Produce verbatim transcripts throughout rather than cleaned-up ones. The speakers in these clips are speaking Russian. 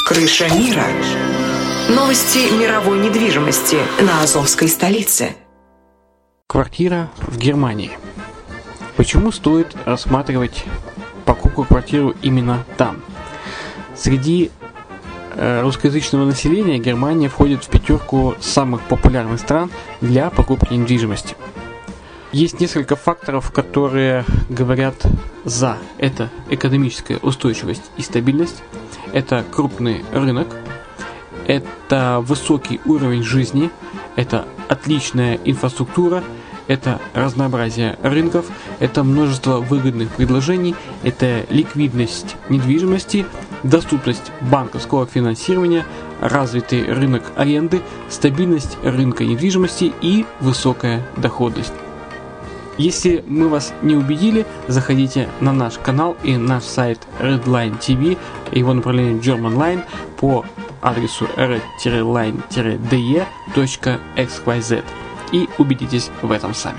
Крыша мира. Новости мировой недвижимости на Азовской столице. Квартира в Германии. Почему стоит рассматривать покупку квартиры именно там? Среди э, русскоязычного населения Германия входит в пятерку самых популярных стран для покупки недвижимости. Есть несколько факторов, которые говорят за. Это экономическая устойчивость и стабильность, это крупный рынок, это высокий уровень жизни, это отличная инфраструктура, это разнообразие рынков, это множество выгодных предложений, это ликвидность недвижимости, доступность банковского финансирования, развитый рынок аренды, стабильность рынка недвижимости и высокая доходность. Если мы вас не убедили, заходите на наш канал и наш сайт Redline ти ви, его направление Germanline по адресу red line de точка экс уай зет и убедитесь в этом сами.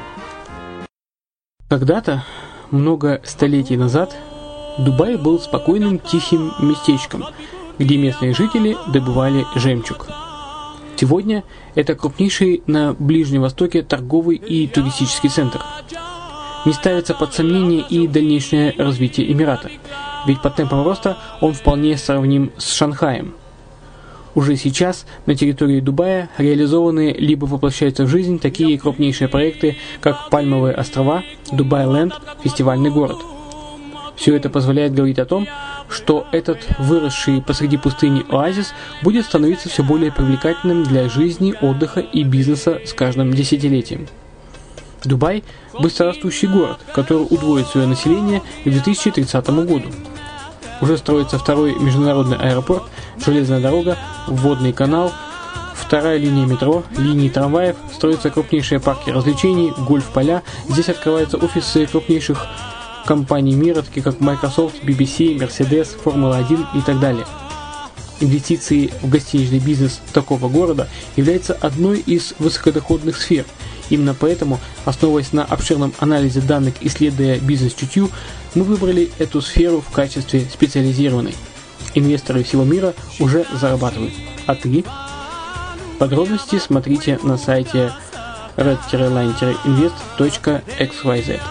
Когда-то, много столетий назад, Дубай был спокойным тихим местечком, где местные жители добывали жемчуг. Сегодня это крупнейший на Ближнем Востоке торговый и туристический центр. Не ставится под сомнение и дальнейшее развитие Эмирата, ведь по темпам роста он вполне сравним с Шанхаем. Уже сейчас на территории Дубая реализованы либо воплощаются в жизнь такие крупнейшие проекты, как Пальмовые острова, Дубай-Ленд, фестивальный город. Все это позволяет говорить о том, что этот выросший посреди пустыни оазис будет становиться все более привлекательным для жизни, отдыха и бизнеса с каждым десятилетием. Дубай – быстрорастущий город, который удвоит свое население к две тысячи тридцатому году. Уже строится второй международный аэропорт, железная дорога, водный канал, вторая линия метро, линии трамваев, строятся крупнейшие парки развлечений, гольф-поля, здесь открываются офисы крупнейших компаний мира, таких как Microsoft, би би си, Mercedes, Формула один и так далее. Инвестиции в гостиничный бизнес такого города являются одной из высокодоходных сфер. Именно поэтому, основываясь на обширном анализе данных, исследуя бизнес-чутью, мы выбрали эту сферу в качестве специализированной. Инвесторы всего мира уже зарабатывают. А ты? Подробности смотрите на сайте red line invest точка экс уай зет.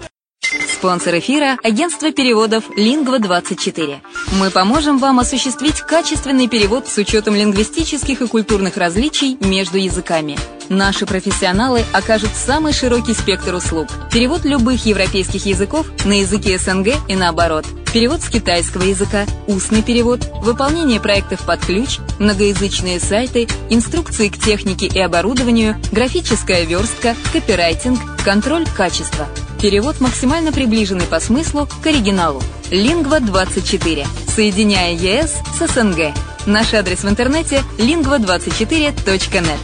Спонсор эфира – агентство переводов Lingva двадцать четыре. Мы поможем вам осуществить качественный перевод с учетом лингвистических и культурных различий между языками. Наши профессионалы окажут самый широкий спектр услуг. Перевод любых европейских языков на языки эс эн гэ и наоборот. Перевод с китайского языка, устный перевод, выполнение проектов под ключ, многоязычные сайты, инструкции к технике и оборудованию, графическая верстка, копирайтинг, контроль качества. Перевод максимально приближенный по смыслу к оригиналу. Lingva двадцать четыре. Соединяя е эс с эс эн гэ. Наш адрес в интернете lingva двадцать четыре точка нет.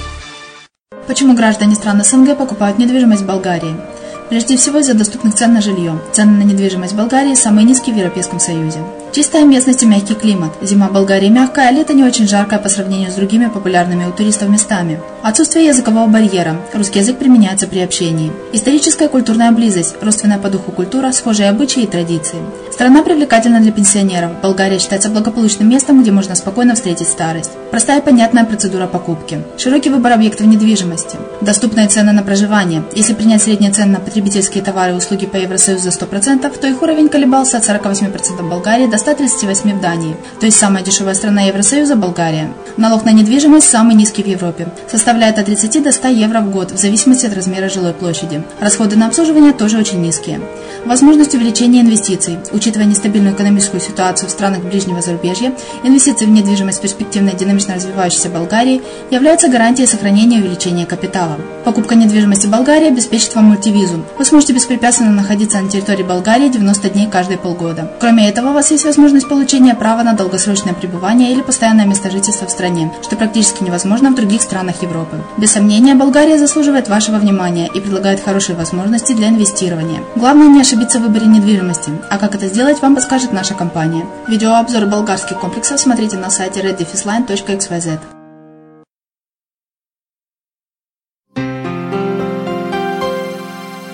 Почему граждане стран эс эн гэ покупают недвижимость в Болгарии? Прежде всего из-за доступных цен на жилье. Цены на недвижимость в Болгарии самые низкие в Европейском Союзе. Чистая местность и мягкий климат. Зима в Болгарии мягкая, а лето не очень жаркое по сравнению с другими популярными у туристов местами. Отсутствие языкового барьера. Русский язык применяется при общении. Историческая и культурная близость. Родственная по духу культура, схожие обычаи и традиции. Страна привлекательна для пенсионеров. Болгария считается благополучным местом, где можно спокойно встретить старость. Простая и понятная процедура покупки. Широкий выбор объектов недвижимости. Доступные цены на проживание. Если принять средние цены на потребительские товары и услуги по Евросоюзу за сто процентов, то их уровень колебался от сорок восемь процентов в Болгарии до ста тридцати восьми процентов в Дании. То есть самая дешевая страна Евросоюза – Болгария. Налог на недвижимость самый низкий в Европе. Составляет от тридцати до ста евро в год, в зависимости от размера жилой площади. Расходы на обслуживание тоже очень низкие. Возможность увеличения инвестиций. Учитывая нестабильную экономическую ситуацию в странах ближнего зарубежья, инвестиции в недвижимость в перспективной динамично развивающейся Болгарии являются гарантией сохранения и увеличения капитала. Покупка недвижимости в Болгарии обеспечит вам мультивизу. Вы сможете беспрепятственно находиться на территории Болгарии девяносто дней каждые полгода. Кроме этого, у вас есть возможность получения права на долгосрочное пребывание или постоянное место жительства в стране, что практически невозможно в других странах Европы. Без сомнения, Болгария заслуживает вашего внимания и предлагает хорошие возможности для инвестирования. Главное не ошибиться в выборе недвижимости, а как это сделать, вам подскажет наша компания. Видеообзор болгарских комплексов смотрите на сайте red line точка экс уай зет.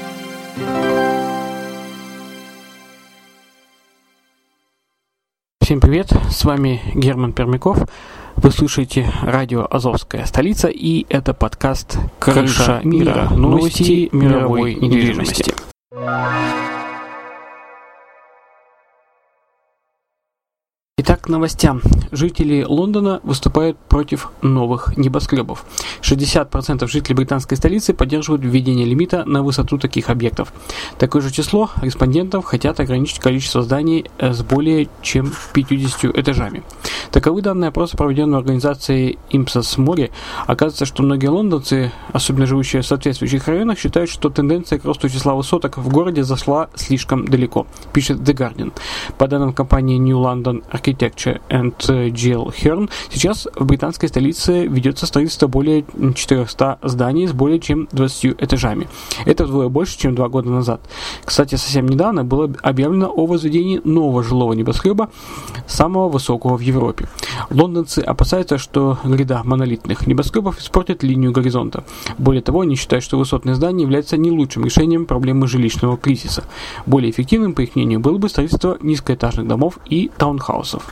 Всем Всем привет, с вами Герман Пермяков. Вы слушаете радио «Азовская столица», и это подкаст «Крыша мира. Новости мировой недвижимости». Итак, к новостям. Жители Лондона выступают против новых небоскребов. шестьдесят процентов жителей британской столицы поддерживают введение лимита на высоту таких объектов. Такое же число респондентов хотят ограничить количество зданий с более чем пятьюдесятью этажами. Таковы данные опроса, проведенного организацией Ipsos Mori. Оказывается, что многие лондонцы, особенно живущие в соответствующих районах, считают, что тенденция к росту числа высоток в городе зашла слишком далеко, пишет The Guardian. По данным компании New London Architecture and джи эл Hearn, сейчас в британской столице ведется строительство более четырехсот зданий с более чем двадцатью этажами. Это вдвое больше, чем два года назад. Кстати, совсем недавно было объявлено о возведении нового жилого небоскреба, самого высокого в Европе. Лондонцы опасаются, что гряда монолитных небоскребов испортит линию горизонта. Более того, они считают, что высотные здания являются не лучшим решением проблемы жилищного кризиса. Более эффективным, по их мнению, было бы строительство низкоэтажных домов и таунхаусов.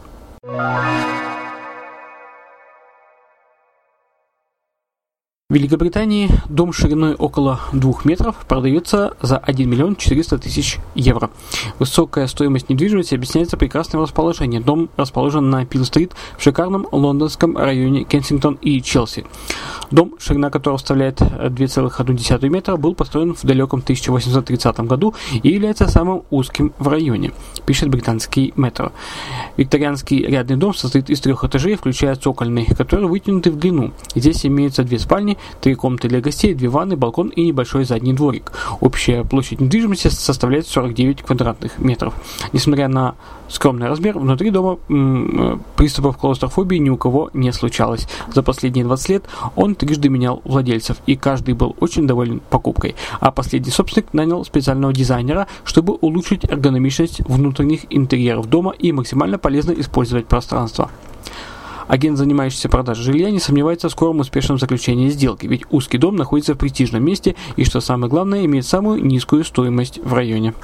В Великобритании дом шириной около двух метров продается за один миллион четыреста тысяч евро. Высокая стоимость недвижимости объясняется прекрасным расположением. Дом расположен на Пил-стрит в шикарном лондонском районе Кенсингтон и Челси. Дом, ширина которого составляет два целых одна десятая метра, был построен в далеком тысяча восемьсот тридцатом году и является самым узким в районе, пишет британский Метро. Викторианский рядный дом состоит из трех этажей, включая цокольный, который вытянуты в длину. Здесь имеются две спальни, три комнаты для гостей, две ванны, балкон и небольшой задний дворик. Общая площадь недвижимости составляет сорок девять квадратных метров. Несмотря на скромный размер, внутри дома м- приступов клаустрофобии ни у кого не случалось. За последние двадцать лет он трижды менял владельцев, и каждый был очень доволен покупкой. А последний собственник нанял специального дизайнера, чтобы улучшить эргономичность внутренних интерьеров дома и максимально полезно использовать пространство. Агент, занимающийся продажей жилья, не сомневается в скором успешном заключении сделки, ведь узкий дом находится в престижном месте и, что самое главное, имеет самую низкую стоимость в районе.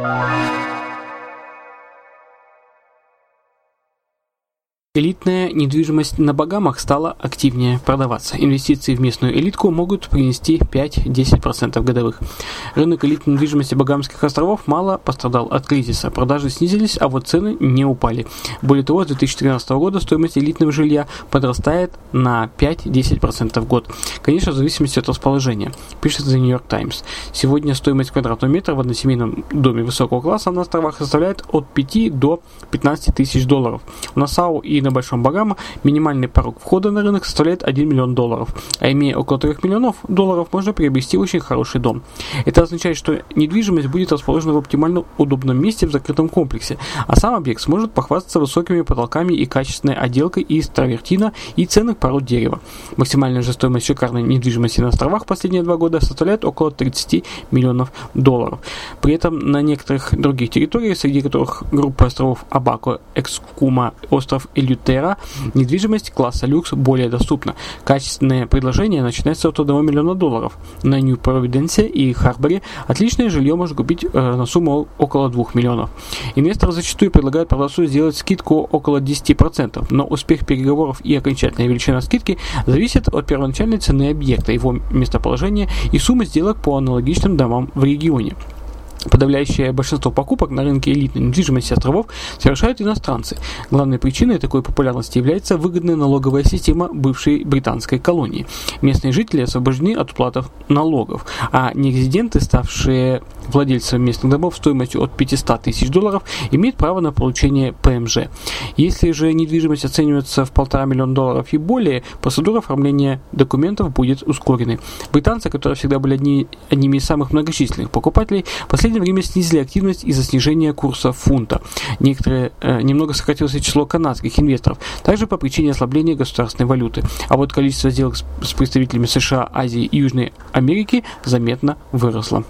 Элитная недвижимость на Багамах стала активнее продаваться. Инвестиции в местную элитку могут принести пять-десять процентов годовых. Рынок элитной недвижимости Багамских островов мало пострадал от кризиса. Продажи снизились, а вот цены не упали. Более того, с две тысячи тринадцатого года стоимость элитного жилья подрастает на пять-десять процентов в год. Конечно, в зависимости от расположения, пишет The New York Times. Сегодня стоимость квадратного метра в односемейном доме высокого класса на островах составляет от пяти до пятнадцати тысяч долларов. В Нассау и на Большом Багама минимальный порог входа на рынок составляет один миллион долларов, а имея около трёх миллионов долларов, можно приобрести очень хороший дом. Это означает, что недвижимость будет расположена в оптимально удобном месте в закрытом комплексе, а сам объект сможет похвастаться высокими потолками и качественной отделкой из травертина и ценных пород дерева. Максимальная же стоимость шикарной недвижимости на островах последние два года составляет около тридцати миллионов долларов. При этом на некоторых других территориях, среди которых группа островов Абако, Экскума, остров Элютера, недвижимость класса люкс более доступна. Качественные предложения начинаются от одного миллиона долларов. На Нью-Провиденсе и Харборе отличное жилье можно купить э, на сумму около двух миллионов. Инвесторы зачастую предлагают продавцу сделать скидку около десяти процентов, но успех переговоров и окончательная величина скидки зависит от первоначальной цены объекта, его местоположения и суммы сделок по аналогичным домам в регионе. Подавляющее большинство покупок на рынке элитной недвижимости островов совершают иностранцы. Главной причиной такой популярности является выгодная налоговая система бывшей британской колонии. Местные жители освобождены от уплаты налогов, а нерезиденты, ставшие владельцами местных домов стоимостью от пятисот тысяч долларов, имеют право на получение пэ эм жэ. Если же недвижимость оценивается в полтора миллиона долларов и более, процедура оформления документов будет ускоренной. Британцы, которые всегда были одни, одними из самых многочисленных покупателей, в последнее время снизили активность из-за снижения курса фунта. Некоторые, э, немного сократилось число канадских инвесторов, также по причине ослабления государственной валюты. А вот количество сделок с, с представителями США, Азии и Южной Америки заметно выросло.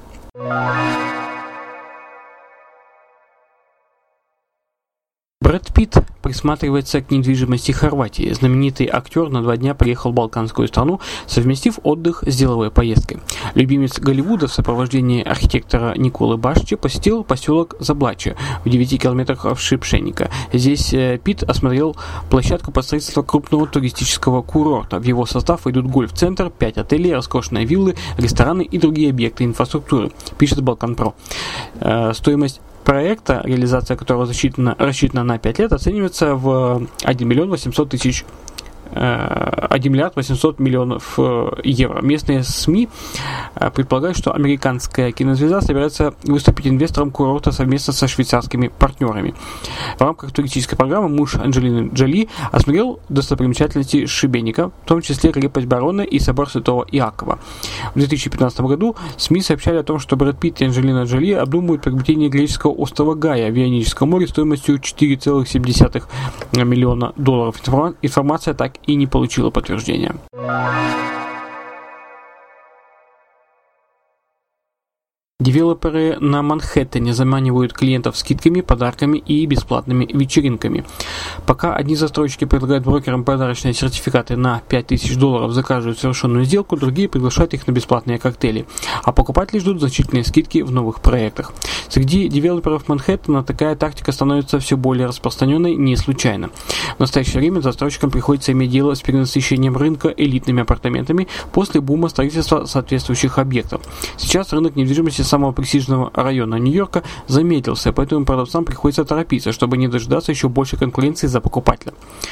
Брэд Питт присматривается к недвижимости Хорватии. Знаменитый актер на два дня приехал в балканскую страну, совместив отдых с деловой поездкой. Любимец Голливуда в сопровождении архитектора Николы Башчи посетил поселок Заблачье в девяти километрах от Шипшенника. Здесь Питт осмотрел площадку по строительству крупного туристического курорта. В его состав идут гольф-центр, пять отелей, роскошные виллы, рестораны и другие объекты инфраструктуры, пишет Балкан.Про. Стоимость проекта, реализация которого рассчитана, рассчитана на пять лет, оценивается в один миллион восемьсот тысяч один миллиард восемьсот миллионов евро. Местные СМИ предполагают, что американская кинозвезда собирается выступить инвестором курорта совместно со швейцарскими партнерами. В рамках туристической программы муж Анджелины Джоли осмотрел достопримечательности Шибеника, в том числе крепость Барона и собор Святого Иакова. В две тысячи пятнадцатом году СМИ сообщали о том, что Брэд Питт и Анджелина Джоли обдумывают приобретение греческого острова Гая в Ионическом море стоимостью четыре целых семь десятых миллиона долларов. Информация так и не получила подтверждения. Девелоперы на Манхэттене заманивают клиентов скидками, подарками и бесплатными вечеринками. Пока одни застройщики предлагают брокерам подарочные сертификаты на пять тысяч долларов за каждую совершенную сделку, другие приглашают их на бесплатные коктейли, а покупатели ждут значительные скидки в новых проектах. Среди девелоперов Манхэттена такая тактика становится все более распространенной не случайно. В настоящее время застройщикам приходится иметь дело с перенасыщением рынка элитными апартаментами после бума строительства соответствующих объектов. Сейчас рынок недвижимости самого престижного района Нью-Йорка замедлился, поэтому продавцам приходится торопиться, чтобы не дожидаться еще большей конкуренции за покупателя.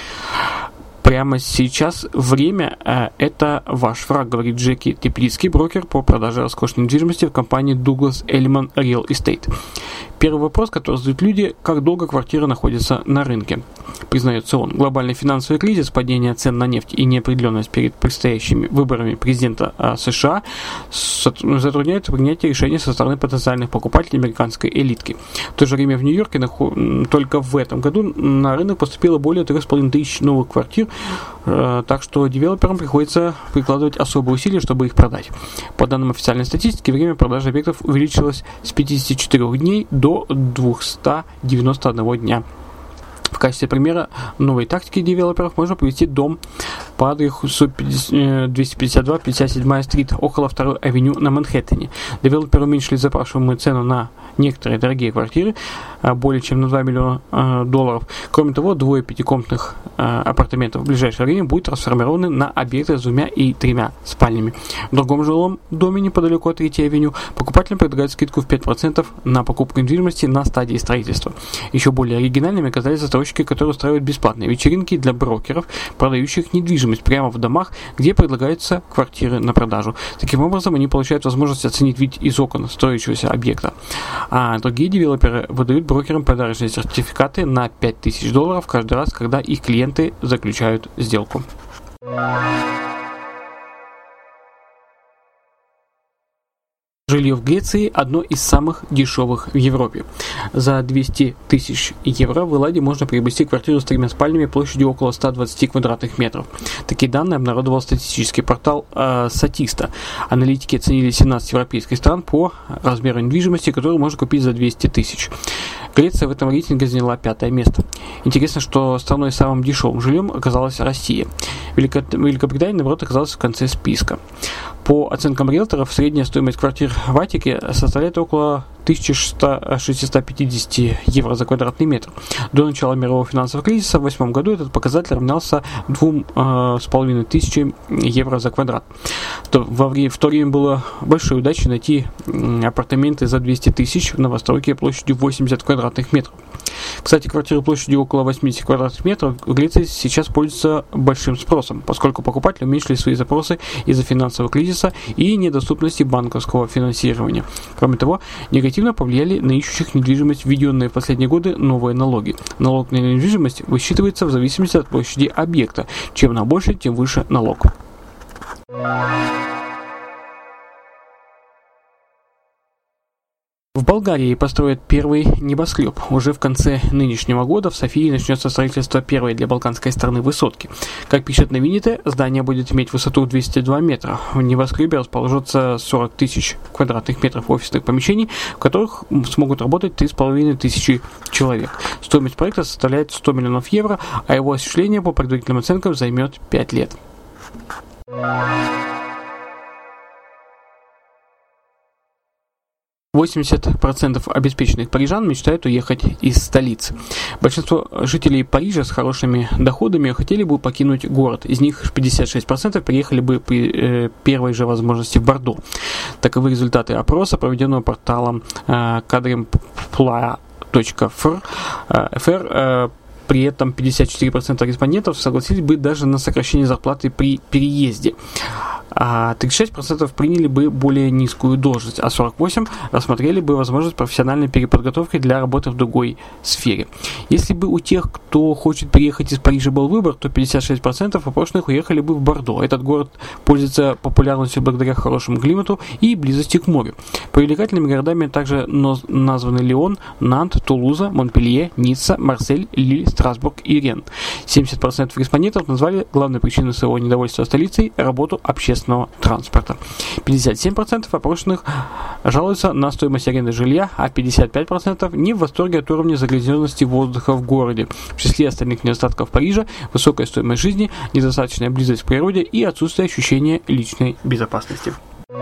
Прямо сейчас время э, – это ваш враг, говорит Джеки Теплицкий, брокер по продаже роскошной недвижимости в компании Douglas Elliman Real Estate. Первый вопрос, который задают люди – как долго квартира находится на рынке? Признается он, глобальный финансовый кризис, падение цен на нефть и неопределенность перед предстоящими выборами президента э, США затрудняют принятие решений со стороны потенциальных покупателей американской элитки. В то же время в Нью-Йорке нахо- только в этом году на рынок поступило более трех с половиной тысяч новых квартир, так что девелоперам приходится прикладывать особые усилия, чтобы их продать. По данным официальной статистики, время продажи объектов увеличилось с пятидесяти четырёх дней до двухсот девяноста одного дня. В качестве примера новой тактики девелоперов можно привести дом по адресу двести пятьдесят два пятьдесят седьмая стрит около второй авеню на Манхэттене. Девелоперы уменьшили запрашиваемую цену на некоторые дорогие квартиры более чем на два миллиона долларов. Кроме того, двое пятикомнатных апартаментов в ближайшее время будут трансформированы на объекты с двумя и тремя спальнями. В другом жилом доме неподалеку от третьей авеню покупателям предлагают скидку в пять процентов на покупку недвижимости на стадии строительства. Еще более оригинальными оказались застройщики, которые устраивают бесплатные вечеринки для брокеров, продающих недвижимость прямо в домах, где предлагаются квартиры на продажу. Таким образом, они получают возможность оценить вид из окон строящегося объекта. А другие девелоперы выдают брокерам подарочные сертификаты на пять тысяч долларов каждый раз, когда их клиенты заключают сделку. Жилье в Греции одно из самых дешевых в Европе. За двести тысяч евро в Элладе можно приобрести квартиру с тремя спальнями площадью около ста двадцати квадратных метров. Такие данные обнародовал статистический портал э, Сатиста. Аналитики оценили семнадцать европейских стран по размеру недвижимости, которую можно купить за двести тысяч. Греция в этом рейтинге заняла пятое место. Интересно, что страной с самым дешевым жильем оказалась Россия. Велико... Великобритания, наоборот, оказалась в конце списка. По оценкам риэлторов, средняя стоимость квартир в Аттике составляет около тысяча шестьсот пятьдесят евро за квадратный метр. До начала мирового финансового кризиса в две тысячи восьмом году этот показатель равнялся двум с половиной тысячам евро за квадрат. То, во время, в то время было большой удачей найти апартаменты за двести тысяч в новостройке площадью восемьдесят квадратных метров. Кстати, квартиры площадью около восьмидесяти квадратных метров в Греции сейчас пользуются большим спросом, поскольку покупатели уменьшили свои запросы из-за финансового кризиса и недоступности банковского финансирования. Кроме того, негативно повлияли на ищущих недвижимость введенные в последние годы новые налоги. Налог на недвижимость высчитывается в зависимости от площади объекта. Чем она больше, тем выше налог. В Болгарии построят первый небоскреб. Уже в конце нынешнего года в Софии начнется строительство первой для балканской страны высотки. Как пишет Новините, здание будет иметь высоту двести два метра. В небоскребе расположится сорок тысяч квадратных метров офисных помещений, в которых смогут работать три с половиной тысячи человек. Стоимость проекта составляет сто миллионов евро, а его осуществление по предварительным оценкам займет пять лет. восемьдесят процентов обеспеченных парижан мечтают уехать из столицы. Большинство жителей Парижа с хорошими доходами хотели бы покинуть город. Из них пятьдесят шесть процентов приехали бы при э, первой же возможности в Бордо. Таковы результаты опроса, проведенного порталом э, кадрэмплуа точка эф эр. Э, При этом пятьдесят четыре процента респондентов согласились бы даже на сокращение зарплаты при переезде. А тридцать шесть процентов приняли бы более низкую должность, а сорок восемь процентов рассмотрели бы возможность профессиональной переподготовки для работы в другой сфере. Если бы у тех, кто хочет приехать из Парижа, был выбор, то пятьдесят шесть процентов опрошенных уехали бы в Бордо. Этот город пользуется популярностью благодаря хорошему климату и близости к морю. Привлекательными городами также названы Лион, Нант, Тулуза, Монпелье, Ницца, Марсель, Лиль, Страсбург и Рен. семьдесят процентов респондентов назвали главной причиной своего недовольства столицей работу общественного транспорта. пятьдесят семь процентов опрошенных жалуются на стоимость аренды жилья, а пятьдесят пять процентов не в восторге от уровня загрязненности воздуха в городе. В числе остальных недостатков Парижа высокая стоимость жизни, недостаточная близость к природе и отсутствие ощущения личной безопасности.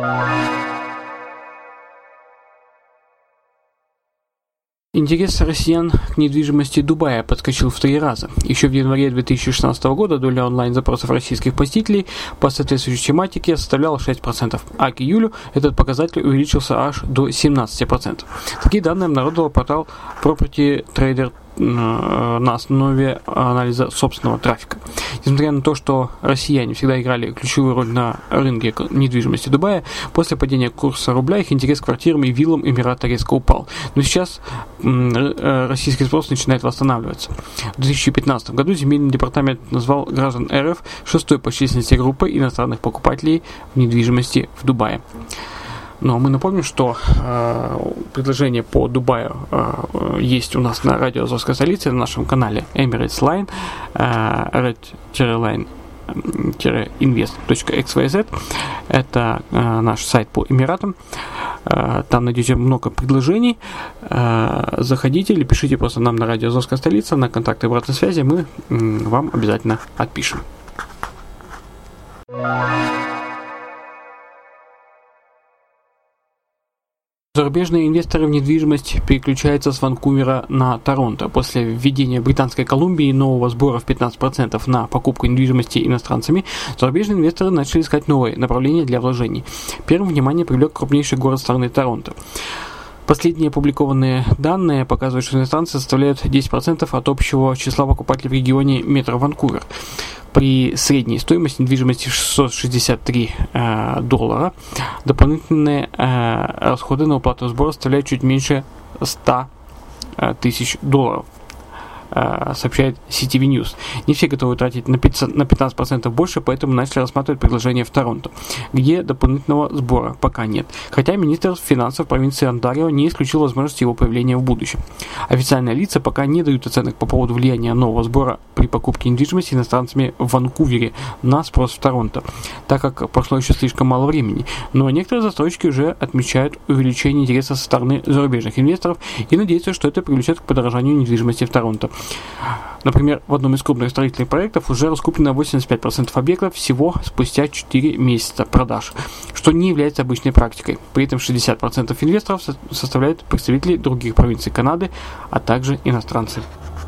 Интерес россиян к недвижимости Дубая подскочил в три раза. Еще в январе две тысячи шестнадцатого года доля онлайн-запросов российских посетителей по соответствующей тематике составляла шесть процентов, а к июлю этот показатель увеличился аж до семнадцать процентов. Такие данные обнародовал портал Property Trader на основе анализа собственного трафика. Несмотря на то, что россияне всегда играли ключевую роль на рынке недвижимости Дубая, после падения курса рубля их интерес к квартирам и виллам Эмирата резко упал. Но сейчас российский спрос начинает восстанавливаться. В две тысячи пятнадцатом году земельный департамент назвал граждан эр эф шестой по численности группы иностранных покупателей в недвижимости в Дубае. Но мы напомним, что э, предложение по Дубаю э, есть у нас на радио Азовской столицы, на нашем канале Emirates Line, э, red-line invest точка экс уай зет. Это э, наш сайт по Эмиратам. Э, там найдете много предложений. Э, заходите или пишите просто нам на радио Азовская столица, на контакты обратной связи, мы э, вам обязательно отпишем. Зарубежные инвесторы в недвижимость переключаются с Ванкувера на Торонто. После введения Британской Колумбии нового сбора в пятнадцать процентов на покупку недвижимости иностранцами, зарубежные инвесторы начали искать новые направления для вложений. Первым внимание привлек крупнейший город страны Торонто. Последние опубликованные данные показывают, что иностранцы составляют десять процентов от общего числа покупателей в регионе Метро Ванкувер. При средней стоимости недвижимости шестьсот шестьдесят три э, доллара дополнительные э, расходы на уплату сбора составляют чуть меньше ста тысяч долларов, э, сообщает си ти ви News. Не все готовы тратить на пятнадцать процентов больше, поэтому начали рассматривать предложение в Торонто, где дополнительного сбора пока нет. Хотя министр финансов провинции Онтарио не исключил возможность его появления в будущем. Официальные лица пока не дают оценок по поводу влияния нового сбора при покупке недвижимости иностранцами в Ванкувере на спрос в Торонто, так как прошло еще слишком мало времени. Но некоторые застройщики уже отмечают увеличение интереса со стороны зарубежных инвесторов и надеются, что это привлечет к подорожанию недвижимости в Торонто. Например, в одном из крупных строительных проектов уже раскуплено восемьдесят пять процентов объектов всего спустя четыре месяца продаж, что не является обычной практикой. При этом шестьдесят процентов инвесторов составляют представители других провинций Канады, а также иностранцы.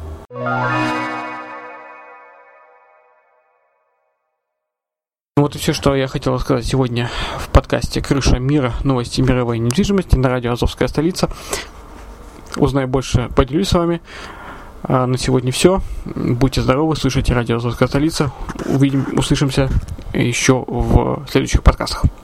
Вот и все, что я хотел сказать сегодня в подкасте «Крыша мира. Новости мировой недвижимости» на радио Азовская столица. Узнаю больше, поделюсь с вами. А на сегодня все. Будьте здоровы, слушайте радио Азовская столица. Увидим, услышимся еще в следующих подкастах.